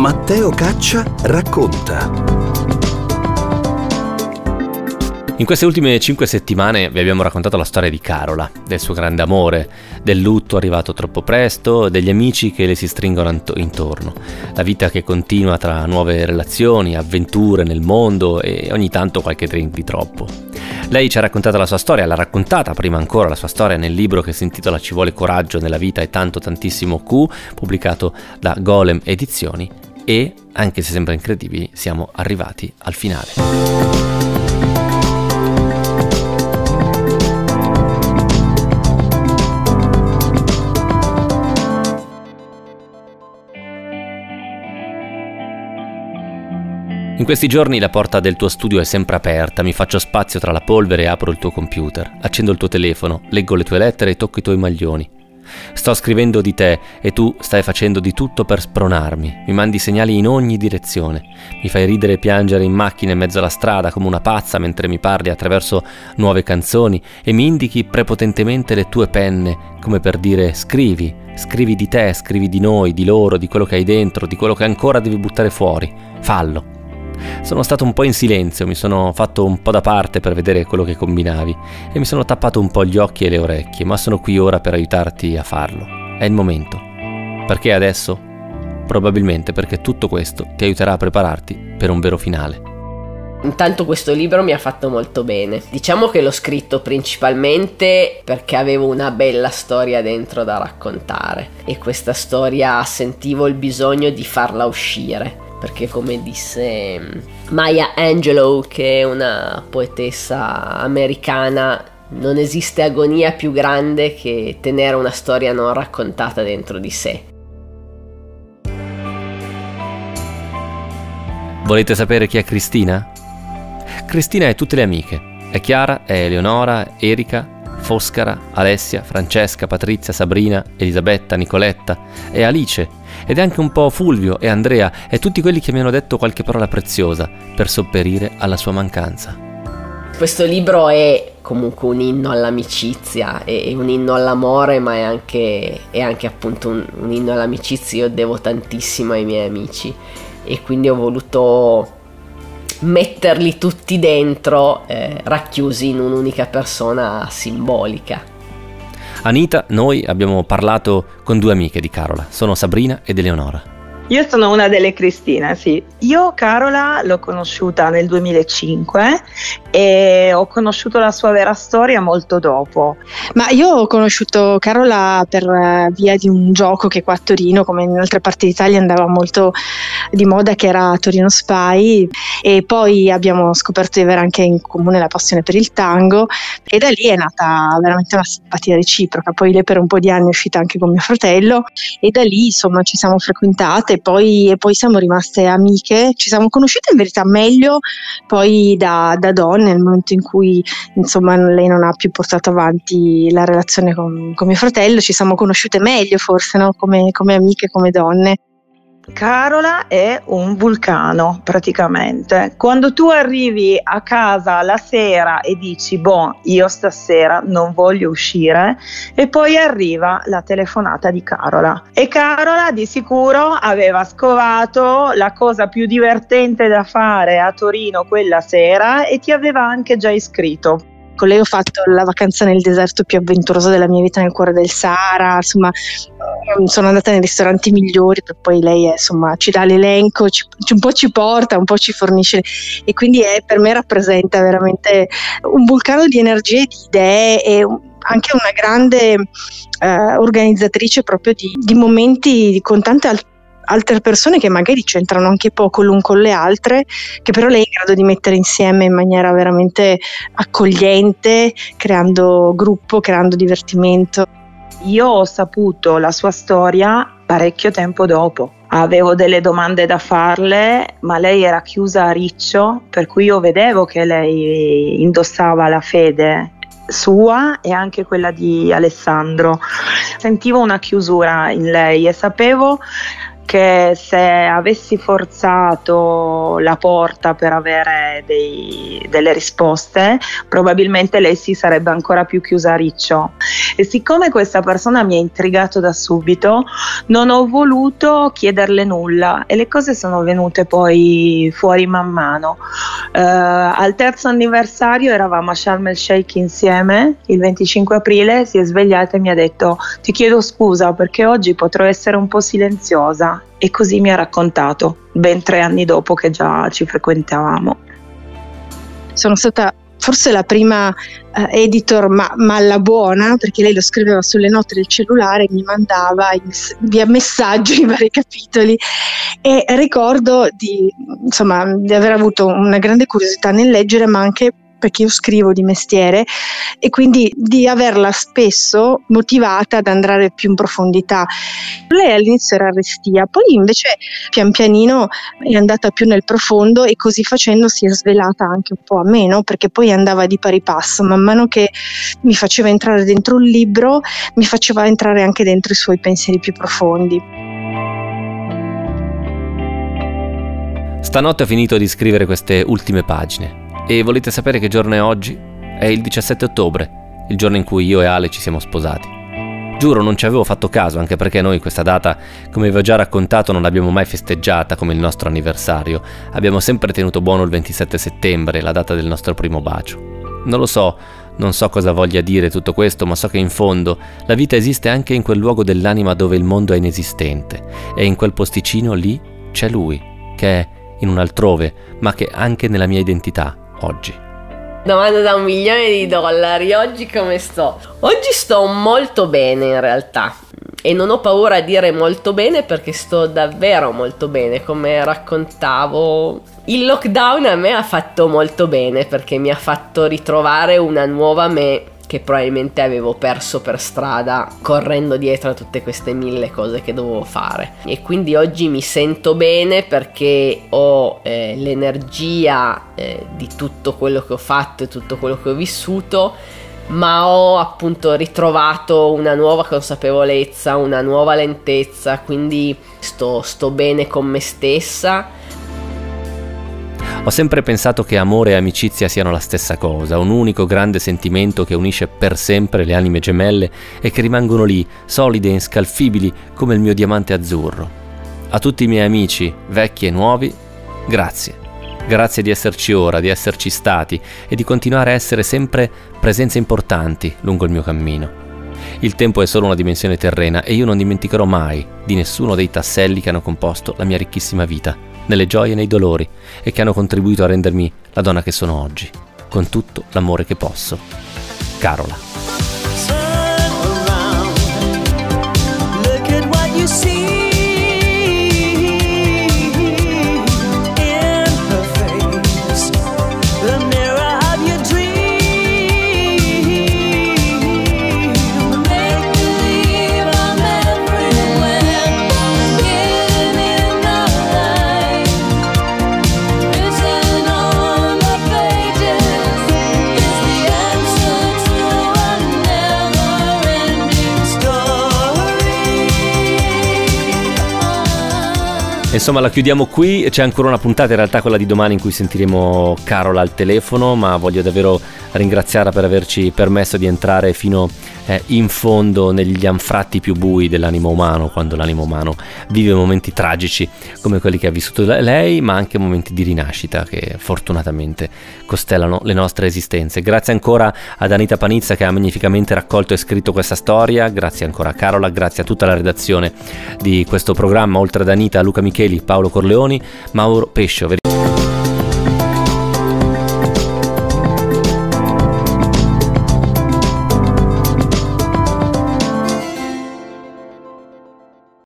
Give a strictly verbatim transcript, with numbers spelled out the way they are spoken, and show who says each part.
Speaker 1: Matteo Caccia racconta.
Speaker 2: In queste ultime cinque settimane vi abbiamo raccontato la storia di Carola, del suo grande amore, del lutto arrivato troppo presto, degli amici che le si stringono intorno, la vita che continua tra nuove relazioni, avventure nel mondo e ogni tanto qualche drink di troppo. Lei ci ha raccontato la sua storia, l'ha raccontata prima ancora la sua storia nel libro che si intitola Ci vuole coraggio nella vita e tanto tantissimo Q, pubblicato da Golem Edizioni, e, anche se sembra incredibile, siamo arrivati al finale. In questi giorni la porta del tuo studio è sempre aperta, mi faccio spazio tra la polvere e apro il tuo computer, accendo il tuo telefono, leggo le tue lettere e tocco i tuoi maglioni. Sto scrivendo di te e tu stai facendo di tutto per spronarmi, mi mandi segnali in ogni direzione, mi fai ridere e piangere in macchina in mezzo alla strada come una pazza mentre mi parli attraverso nuove canzoni e mi indichi prepotentemente le tue penne come per dire scrivi, scrivi di te, scrivi di noi, di loro, di quello che hai dentro, di quello che ancora devi buttare fuori, fallo. Sono stato un po' in silenzio, mi sono fatto un po' da parte per vedere quello che combinavi e mi sono tappato un po' gli occhi e le orecchie, ma sono qui ora per aiutarti a farlo. È il momento. Perché adesso? Probabilmente perché tutto questo ti aiuterà a prepararti per un vero finale.
Speaker 3: Intanto questo libro mi ha fatto molto bene. Diciamo che l'ho scritto principalmente perché avevo una bella storia dentro da raccontare e questa storia sentivo il bisogno di farla uscire. Perché come disse Maya Angelou, che è una poetessa americana, non esiste agonia più grande che tenere una storia non raccontata dentro di sé.
Speaker 2: Volete sapere chi è Cristina? Cristina è tutte le amiche. È Chiara, è Eleonora, Erika, Foscara, Alessia, Francesca, Patrizia, Sabrina, Elisabetta, Nicoletta, è Alice ed è anche un po' Fulvio e Andrea e tutti quelli che mi hanno detto qualche parola preziosa per sopperire alla sua mancanza.
Speaker 3: Questo libro è comunque un inno all'amicizia, è un inno all'amore, ma è anche, è anche appunto un, un inno all'amicizia. Io devo tantissimo ai miei amici e quindi ho voluto metterli tutti dentro, eh, racchiusi in un'unica persona simbolica.
Speaker 2: Anita, noi abbiamo parlato con due amiche di Carola, sono Sabrina ed Eleonora.
Speaker 4: Io sono una delle Cristina, sì. Io Carola l'ho conosciuta nel duemilacinque e ho conosciuto la sua vera storia molto dopo.
Speaker 5: Ma io ho conosciuto Carola per via di un gioco che qua a Torino, come in altre parti d'Italia, andava molto di moda, che era Torino Spy, e poi abbiamo scoperto di avere anche in comune la passione per il tango e da lì è nata veramente una simpatia reciproca. Poi lei per un po' di anni è uscita anche con mio fratello e da lì insomma ci siamo frequentate. Poi, e poi siamo rimaste amiche, ci siamo conosciute in verità meglio poi da, da donne, nel momento in cui insomma lei non ha più portato avanti la relazione con, con mio fratello, ci siamo conosciute meglio forse, no? come, come amiche, come donne.
Speaker 4: Carola è un vulcano praticamente. Quando tu arrivi a casa la sera e dici boh, io stasera non voglio uscire, e poi arriva la telefonata di Carola e Carola di sicuro aveva scovato la cosa più divertente da fare a Torino quella sera e ti aveva anche già iscritto.
Speaker 5: Con lei ho fatto la vacanza nel deserto più avventurosa della mia vita, nel cuore del Sahara, insomma sono andata nei ristoranti migliori, per poi lei è, insomma ci dà l'elenco, ci, un po' ci porta, un po' ci fornisce e quindi è, per me rappresenta veramente un vulcano di energie, di idee e anche una grande eh, organizzatrice proprio di, di momenti con tante altre altre persone che magari c'entrano anche poco l'un con le altre, che però lei è in grado di mettere insieme in maniera veramente accogliente, creando gruppo, creando divertimento.
Speaker 4: Io ho saputo la sua storia parecchio tempo dopo. Avevo delle domande da farle, ma lei era chiusa a riccio, per cui io vedevo che lei indossava la fede sua e anche quella di Alessandro. Sentivo una chiusura in lei e sapevo che se avessi forzato la porta per avere dei, delle risposte, probabilmente lei si sarebbe ancora più chiusa a riccio. E siccome questa persona mi ha intrigato da subito, non ho voluto chiederle nulla e le cose sono venute poi fuori man mano. Uh, al terzo anniversario eravamo a Sharm el Sheikh insieme, il venticinque aprile si è svegliata e mi ha detto: ti chiedo scusa perché oggi potrò essere un po' silenziosa, e così mi ha raccontato, ben tre anni dopo che già ci frequentavamo.
Speaker 5: Sono stata forse la prima uh, editor, ma, ma alla buona, perché lei lo scriveva sulle note del cellulare e mi mandava in, via messaggio i vari capitoli, e ricordo di, insomma, di aver avuto una grande curiosità nel leggere, ma anche perché io scrivo di mestiere, e quindi di averla spesso motivata ad andare più in profondità. Lei all'inizio era restia, poi invece pian pianino è andata più nel profondo, e così facendo si è svelata anche un po' a me, no? Perché poi andava di pari passo, man mano che mi faceva entrare dentro un libro, mi faceva entrare anche dentro i suoi pensieri più profondi.
Speaker 2: Stanotte ho finito di scrivere queste ultime pagine. E volete sapere che giorno è oggi? È il diciassette ottobre, il giorno in cui io e Ale ci siamo sposati. Giuro, non ci avevo fatto caso, anche perché noi questa data, come vi ho già raccontato, non l'abbiamo mai festeggiata come il nostro anniversario. Abbiamo sempre tenuto buono il ventisette settembre, la data del nostro primo bacio. Non lo so, non so cosa voglia dire tutto questo, ma so che in fondo la vita esiste anche in quel luogo dell'anima dove il mondo è inesistente, e in quel posticino lì c'è lui, che è in un altrove, ma che anche nella mia identità oggi.
Speaker 3: Domanda da un milione di dollari: oggi come sto? Oggi sto molto bene in realtà, e non ho paura a dire molto bene perché sto davvero molto bene. Come raccontavo, il lockdown a me ha fatto molto bene perché mi ha fatto ritrovare una nuova me che probabilmente avevo perso per strada correndo dietro a tutte queste mille cose che dovevo fare. E quindi oggi mi sento bene perché ho eh, l'energia eh, di tutto quello che ho fatto e tutto quello che ho vissuto, ma ho appunto ritrovato una nuova consapevolezza, una nuova lentezza, quindi sto, sto bene con me stessa.
Speaker 2: Ho sempre pensato che amore e amicizia siano la stessa cosa, un unico grande sentimento che unisce per sempre le anime gemelle e che rimangono lì, solide e inscalfibili come il mio diamante azzurro. A tutti i miei amici, vecchi e nuovi, grazie. Grazie di esserci ora, di esserci stati e di continuare a essere sempre presenze importanti lungo il mio cammino. Il tempo è solo una dimensione terrena e io non dimenticherò mai di nessuno dei tasselli che hanno composto la mia ricchissima vita, nelle gioie e nei dolori, e che hanno contribuito a rendermi la donna che sono oggi, con tutto l'amore che posso. Carola. Insomma, la chiudiamo qui. C'è ancora una puntata, in realtà quella di domani, in cui sentiremo Carola al telefono, ma voglio davvero ringraziarla per averci permesso di entrare fino eh, in fondo negli anfratti più bui dell'animo umano, quando l'animo umano vive momenti tragici come quelli che ha vissuto lei, ma anche momenti di rinascita che fortunatamente costellano le nostre esistenze. Grazie ancora ad Anita Panizza, che ha magnificamente raccolto e scritto questa storia. Grazie ancora a Carola, grazie a tutta la redazione di questo programma, oltre ad Anita, Luca Micheli, Paolo Corleoni, Mauro Pescio. Vi